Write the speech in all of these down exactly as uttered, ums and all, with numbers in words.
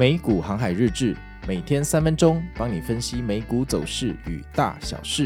美股航海日志，每天三分钟，帮你分析美股走势与大小事。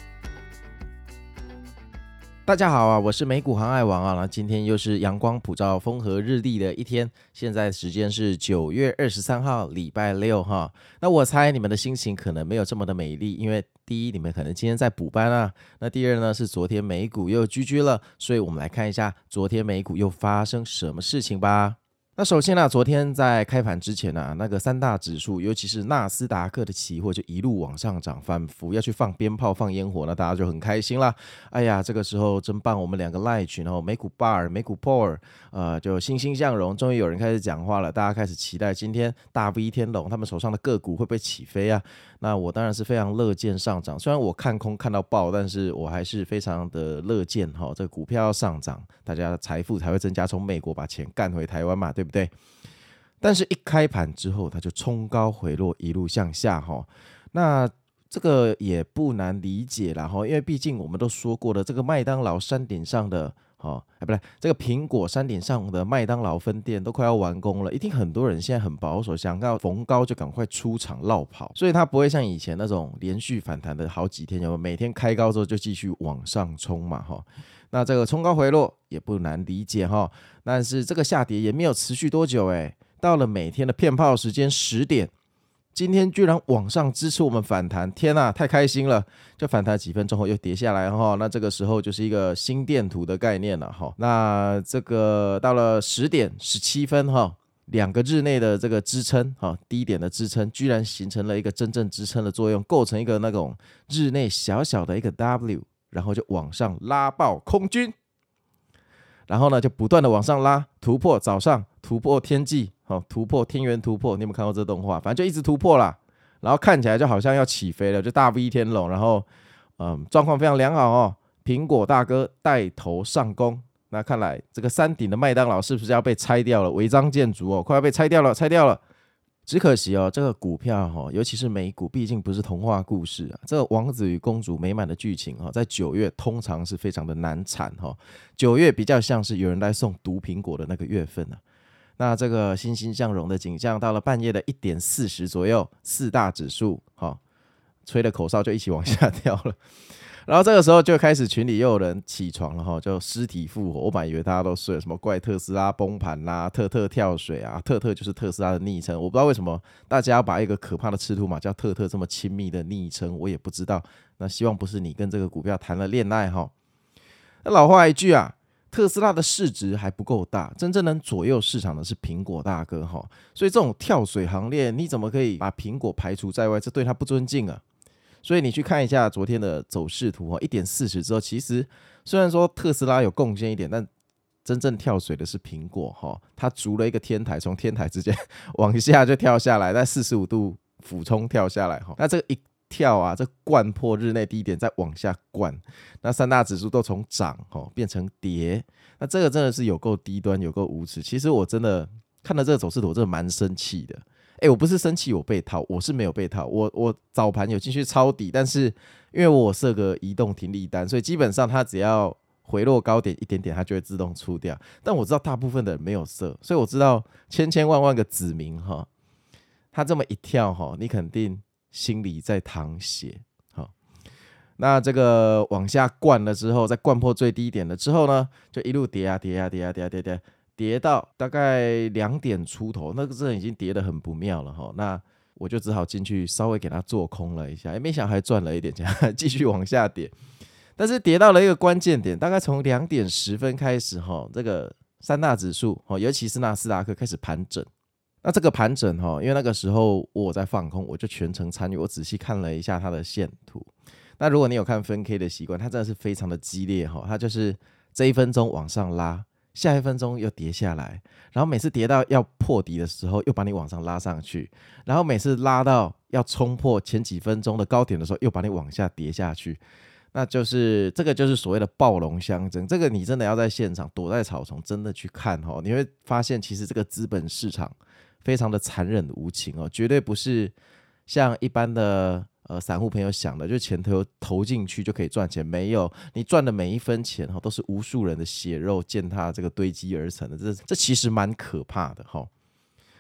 大家好啊，我是美股航海王啊。那今天又是阳光普照、风和日丽的一天，现在时间是九月二十三号，礼拜六哈。那我猜你们的心情可能没有这么的美丽，因为第一，你们可能今天在补班啊。那第二呢，是昨天美股又 G G 了，所以我们来看一下昨天美股又发生什么事情吧。那首先呢、啊，昨天在开盘之前啊，那个三大指数，尤其是纳斯达克的期货就一路往上涨，反复要去放鞭炮、放烟火，那大家就很开心啦。哎呀，这个时候真棒，我们两个 Line 群哦，美股 Bar、美股 Power， 呃，就欣欣向荣，终于有人开始讲话了，大家开始期待今天大 V 天龙他们手上的个股会不会起飞啊？那我当然是非常乐见上涨，虽然我看空看到爆，但是我还是非常的乐见哈、哦，这个股票要上涨，大家的财富才会增加，从美国把钱干回台湾嘛，对不对？但是一开盘之后，它就冲高回落，一路向下哈、哦。那这个也不难理解啦哈，因为毕竟我们都说过了，这个麦当劳山顶上的哦，哎，不对，这个苹果山顶上的麦当劳分店都快要完工了，一定很多人现在很保守，想要逢高就赶快出场绕跑，所以它不会像以前那种连续反弹的好几天，有没有？每天开高之后就继续往上冲嘛哈。那这个冲高回落也不难理解哈，但是这个下跌也没有持续多久哎，到了每天的骗炮时间十点。今天居然往上支持我们反弹，天啊，太开心了！就反弹几分钟后又跌下来哈，那这个时候就是一个心电图的概念了哈。那这个到了十点十七分哈，两个日内的这个支撑哈，低点的支撑居然形成了一个真正支撑的作用，构成一个那种日内小小的一个 W， 然后就往上拉爆空军，然后呢就不断的往上拉，突破早上，突破天际。哦、突破天元突破，你有没有看过这动画？反正就一直突破啦，然后看起来就好像要起飞了，就大 V 天龙，然后嗯，状况非常良好哦。苹果大哥带头上攻，那看来这个山顶的麦当劳是不是要被拆掉了？违章建筑哦，快要被拆掉了，拆掉了。只可惜哦，这个股票哈、哦，尤其是美股，毕竟不是童话故事啊。这个王子与公主美满的剧情哈、哦，在九月通常是非常的难产哈、哦。九月比较像是有人来送毒苹果的那个月份啊。那这个欣欣向荣的景象，到了半夜的一点四十左右，四大指数、哦、吹了口哨就一起往下掉了。然后这个时候就开始群里又有人起床了、哦、就尸体复活。我本来以为大家都睡了，什么怪特斯拉崩盘啦、啊，特特跳水啊，特特就是特斯拉的昵称。我不知道为什么大家要把一个可怕的赤兔马叫特特这么亲密的昵称，我也不知道。那希望不是你跟这个股票谈了恋爱哈、哦。那老话一句啊。特斯拉的市值还不够大，真正能左右市场的是苹果大哥哈，所以这种跳水行列，你怎么可以把苹果排除在外？这对他不尊敬啊！所以你去看一下昨天的走势图哈，一点四十之后，其实虽然说特斯拉有贡献一点，但真正跳水的是苹果哈，它筑了一个天台，从天台直接往下就跳下来，在四十五度俯冲跳下来哈，那这个一跳啊，这灌破日内低点再往下灌，那三大指数都从涨、哦、变成跌，那这个真的是有够低端，有够无耻。其实我真的看了这个走势图，我真的蛮生气的。哎，我不是生气我被套，我是没有被套，我我早盘有进去抄底，但是因为我设个移动停利单，所以基本上它只要回落高点一点点，它就会自动出掉。但我知道大部分的人没有设，所以我知道千千万万个子民哈，他这么一跳哈，你肯定心里在淌血，好，那这个往下灌了之后，再灌破最低点了之后呢，就一路跌啊跌啊跌啊跌啊跌跌，跌到大概两点出头，那个真的已经跌得很不妙了哈。那我就只好进去稍微给它做空了一下，没想到还赚了一点钱，继续往下跌。但是跌到了一个关键点，大概从两点十分开始哈，这个三大指数，尤其是纳斯达克开始盘整。那这个盘整因为那个时候我在放空，我就全程参与，我仔细看了一下它的线图。那如果你有看分 K 的习惯，它真的是非常的激烈，它就是这一分钟往上拉，下一分钟又跌下来，然后每次跌到要破底的时候又把你往上拉上去，然后每次拉到要冲破前几分钟的高点的时候又把你往下跌下去。那就是这个就是所谓的暴龙相争，这个你真的要在现场躲在草丛真的去看，你会发现其实这个资本市场非常的残忍无情哦，绝对不是像一般的呃散户朋友想的，就钱投投进去就可以赚钱，没有，你赚的每一分钱都是无数人的血肉践踏这个堆积而成的，这这其实蛮可怕的哈。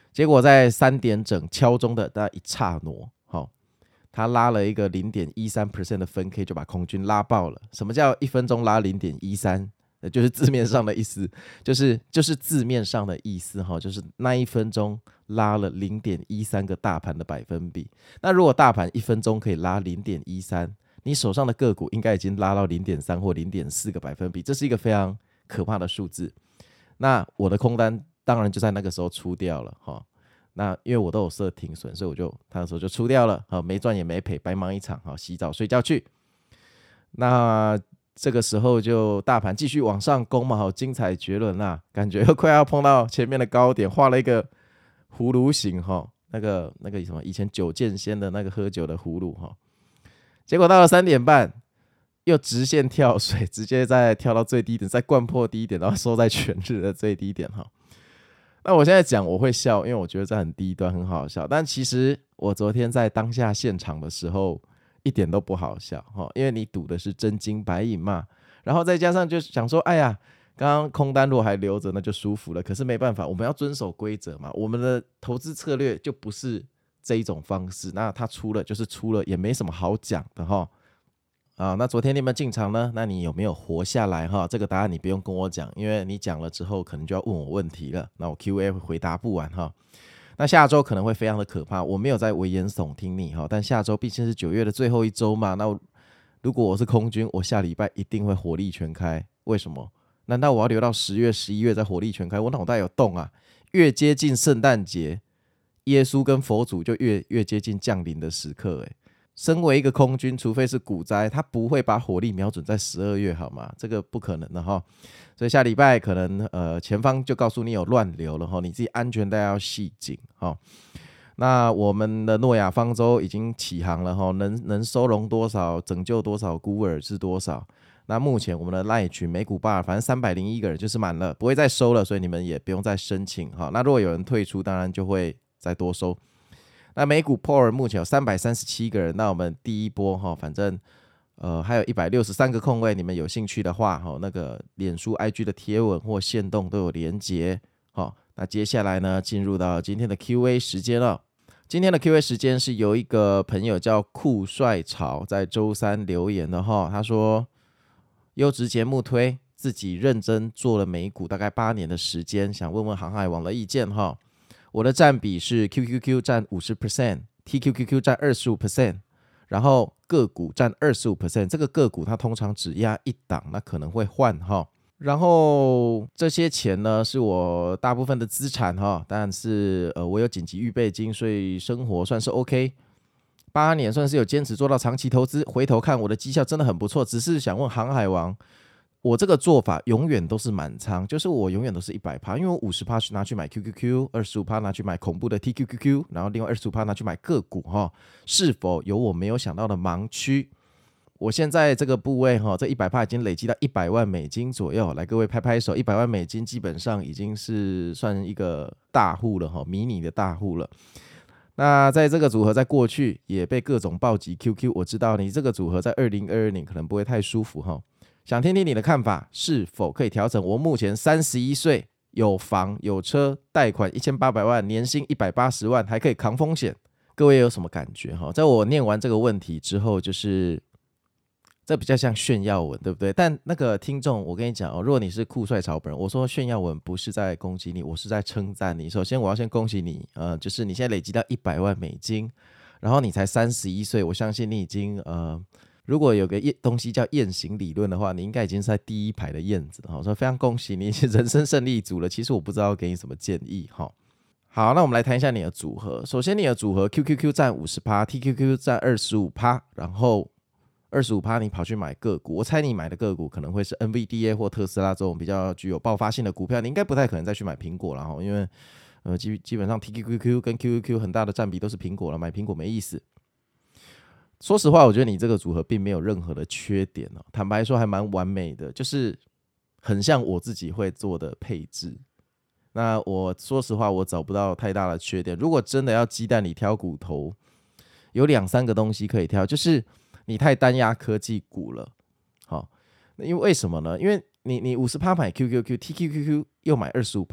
结果在三点整敲钟的大概一刹那，好，他拉了一个 百分之零点一三 的分 K 就把空军拉爆了。什么叫一分钟拉 零点一三？就是字面上的意思，就是就是字面上的意思哈，就是那一分钟拉了 零点一三 个大盘的百分比。那如果大盘一分钟可以拉 零点一三，你手上的个股应该已经拉到 零点三 或 零点四 个百分比，这是一个非常可怕的数字。那我的空单当然就在那个时候出掉了哈。那因为我都有设停损，所以我就他那时候就出掉了，没赚也没赔，白忙一场，洗澡睡觉去。那这个时候就大盘继续往上攻嘛，好精彩绝伦啦，感觉快要碰到前面的高点，画了一个葫芦形哈，那个那个什么以前九剑仙的那个喝酒的葫芦哈。结果到了三点半，又直线跳水，直接再跳到最低点，再灌破低点，然后收在全日的最低点哈。那我现在讲我会笑，因为我觉得这很低端，很好笑。但其实我昨天在当下现场的时候，一点都不好笑，因为你赌的是真金白银嘛。然后再加上就想说，哎呀，刚刚空单如果还留着，那就舒服了。可是没办法，我们要遵守规则嘛。我们的投资策略就不是这一种方式。那它出了就是出了，也没什么好讲的哈。啊，那昨天你们进场呢？那你有没有活下来哈？这个答案你不用跟我讲，因为你讲了之后可能就要问我问题了，那我 Q A 会回答不完哈。那下周可能会非常的可怕，我没有在危言耸听你哈，但下周毕竟是九月的最后一周嘛，那如果我是空军，我下礼拜一定会火力全开。为什么？难道我要留到十月、十一月再火力全开？我脑袋有洞啊！越接近圣诞节，耶稣跟佛祖就越越接近降临的时刻，欸。身为一个空军，除非是股灾，他不会把火力瞄准在十二月，好吗？这个不可能的哈。所以下礼拜可能呃前方就告诉你有乱流了哈，你自己安全带要系紧哈。那我们的诺亚方舟已经起航了哈，能能收容多少，拯救多少孤儿是多少。那目前我们的赖群美股吧，反正三百零一个人就是满了，不会再收了，所以你们也不用再申请哈。那如果有人退出，当然就会再多收。那美股 P O R 目前有三百三十七个人，那我们第一波哈，反正呃还有一百六十三个空位，你们有兴趣的话哈，那个脸书 I G 的贴文或限动都有连结。好，那接下来呢，进入到今天的 Q A 时间了。今天的 Q A 时间是由一个朋友叫酷帅潮在周三留言的哈，他说优质节目推，自己认真做了美股大概八年的时间，想问问航海王的意见哈。我的占比是 Q Q Q 占 百分之五十 T Q Q Q 占 百分之二十五， 然后个股占 百分之二十五， 这个个股它通常只压一档，那可能会换哈。然后这些钱呢是我大部分的资产哈，但是呃我有紧急预备金，所以生活算是 OK。八年算是有坚持做到长期投资，回头看我的绩效真的很不错，只是想问航海王，我这个做法永远都是满仓，就是我永远都是 百分之百，因为我 百分之五十 拿去买 Q Q Q， 二十五 拿去买恐怖的 T Q Q Q， 然后另外 二十五 拿去买个股哈，是否有我没有想到的盲区？我现在这个部位哈，这 百分之百 已经累积到一百万美金左右，来各位拍拍手，一百万美金基本上已经是算一个大户了哈，迷你的大户了。那在这个组合在过去也被各种暴击 Q Q， 我知道你这个组合在二零二二年可能不会太舒服哈。想听听你的看法，是否可以调整？我目前三十一岁，有房有车，贷款一千八百万，年薪一百八十万，还可以扛风险。各位有什么感觉？在我念完这个问题之后，就是这比较像炫耀文，对不对？但那个听众，我跟你讲哦，如果你是酷帅潮本人，我说炫耀文不是在攻击你，我是在称赞你。首先，我要先恭喜你，呃，就是你现在累积到一百万美金，然后你才三十一岁，我相信你已经呃。如果有个东西叫雁行理论的话，你应该已经是在第一排的燕子了，所以非常恭喜你，人生胜利组了。其实我不知道给你什么建议哈。好，那我们来谈一下你的组合。首先，你的组合 Q Q Q 占 百分之五十 T Q Q 占 百分之二十五， 然后 百分之二十五 你跑去买个股，我猜你买的个股可能会是 N V D A 或特斯拉这种比较具有爆发性的股票，你应该不太可能再去买苹果了，因为呃基基本上 T Q Q Q 跟 Q Q Q 很大的占比都是苹果了，买苹果没意思。说实话，我觉得你这个组合并没有任何的缺点哦，坦白说还蛮完美的，就是很像我自己会做的配置。那我说实话，我找不到太大的缺点。如果真的要鸡蛋里挑骨头，有两三个东西可以挑，就是你太单压科技股了。好，因为为什么呢？因为你你 百分之五十 买 Q Q Q，T Q Q Q 又买 百分之二十五，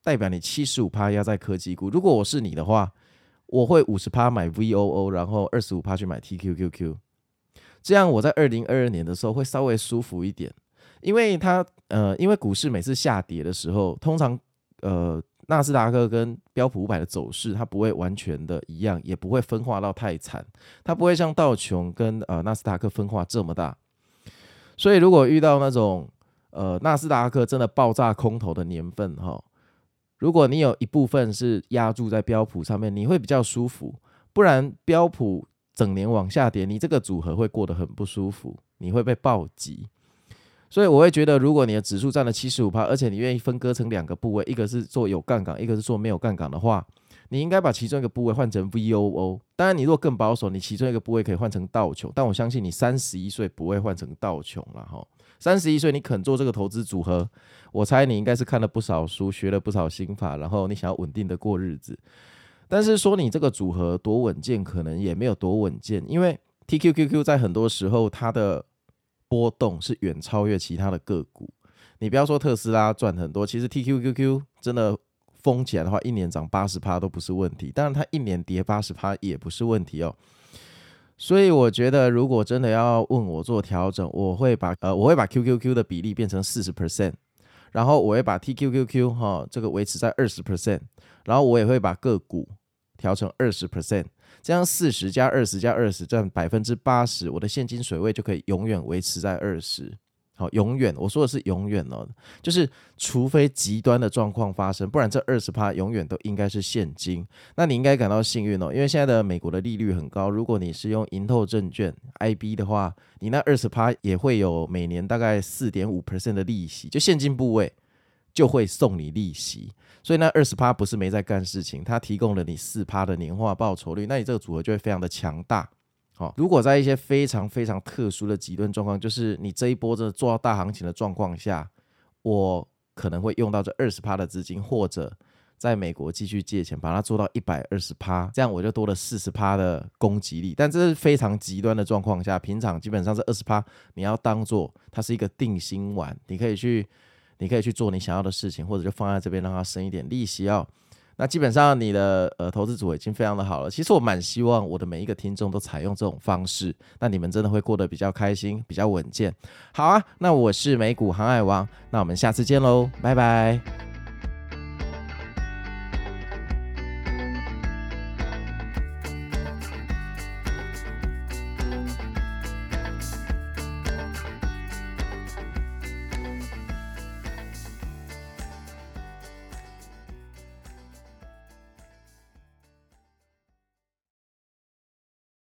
代表你 百分之七十五 压在科技股。如果我是你的话，我会 百分之五十 买 V O O， 然后 百分之二十五 去买 T Q Q Q， 这样我在二零二二年的时候会稍微舒服一点。因为它呃，因为股市每次下跌的时候，通常呃纳斯达克跟标普五百的走势，它不会完全的一样，也不会分化到太惨，它不会像道琼跟呃纳斯达克分化这么大。所以如果遇到那种呃纳斯达克真的爆炸空头的年份哈，如果你有一部分是压注在标普上面，你会比较舒服。不然标普整年往下跌，你这个组合会过得很不舒服，你会被暴击。所以我会觉得，如果你的指数占了 百分之七十五， 而且你愿意分割成两个部位，一个是做有杠杆，一个是做没有杠杆的话，你应该把其中一个部位换成 V O O。 当然你如果更保守，你其中一个部位可以换成道琼，但我相信你三十一岁不会换成道琼啦齁。三十一岁你肯做这个投资组合，我猜你应该是看了不少书，学了不少心法，然后你想要稳定的过日子。但是说你这个组合多稳健，可能也没有多稳健，因为 T Q Q Q 在很多时候它的波动是远超越其他的个股。你不要说特斯拉赚很多，其实 T Q Q Q 真的疯起来的话，一年涨 百分之八十 都不是问题，当然它一年跌 百分之八十 也不是问题哦。所以我觉得如果真的要问我做调整，我会把呃我会把 Q Q Q 的比例变成 百分之四十， 然后我会把 T Q Q Q、哦、这个维持在 百分之二十， 然后我也会把个股调成 百分之二十， 这样四十加二十加二十占 百分之八十， 我的现金水位就可以永远维持在二十。好，永远，我说的是永远哦，就是除非极端的状况发生，不然这 百分之二十 永远都应该是现金。那你应该感到幸运哦，因为现在的美国的利率很高，如果你是用银透证券 I B 的话，你那 百分之二十 也会有每年大概 百分之四点五 的利息，就现金部位就会送你利息。所以那 百分之二十 不是没在干事情，它提供了你 百分之四 的年化报酬率，那你这个组合就会非常的强大。哦、如果在一些非常非常特殊的极端状况，就是你这一波真的做到大行情的状况下，我可能会用到这 百分之二十 的资金，或者在美国继续借钱把它做到 百分之一百二十， 这样我就多了 百分之四十 的攻击力。但这是非常极端的状况下，平常基本上是 百分之二十， 你要当做它是一个定心丸，你可以去你可以去做你想要的事情，或者就放在这边让它生一点利息哦。那基本上你的呃投资组合已经非常的好了。其实我蛮希望我的每一个听众都采用这种方式，那你们真的会过得比较开心，比较稳健。好啊，那我是美股航海王，那我们下次见喽，拜拜。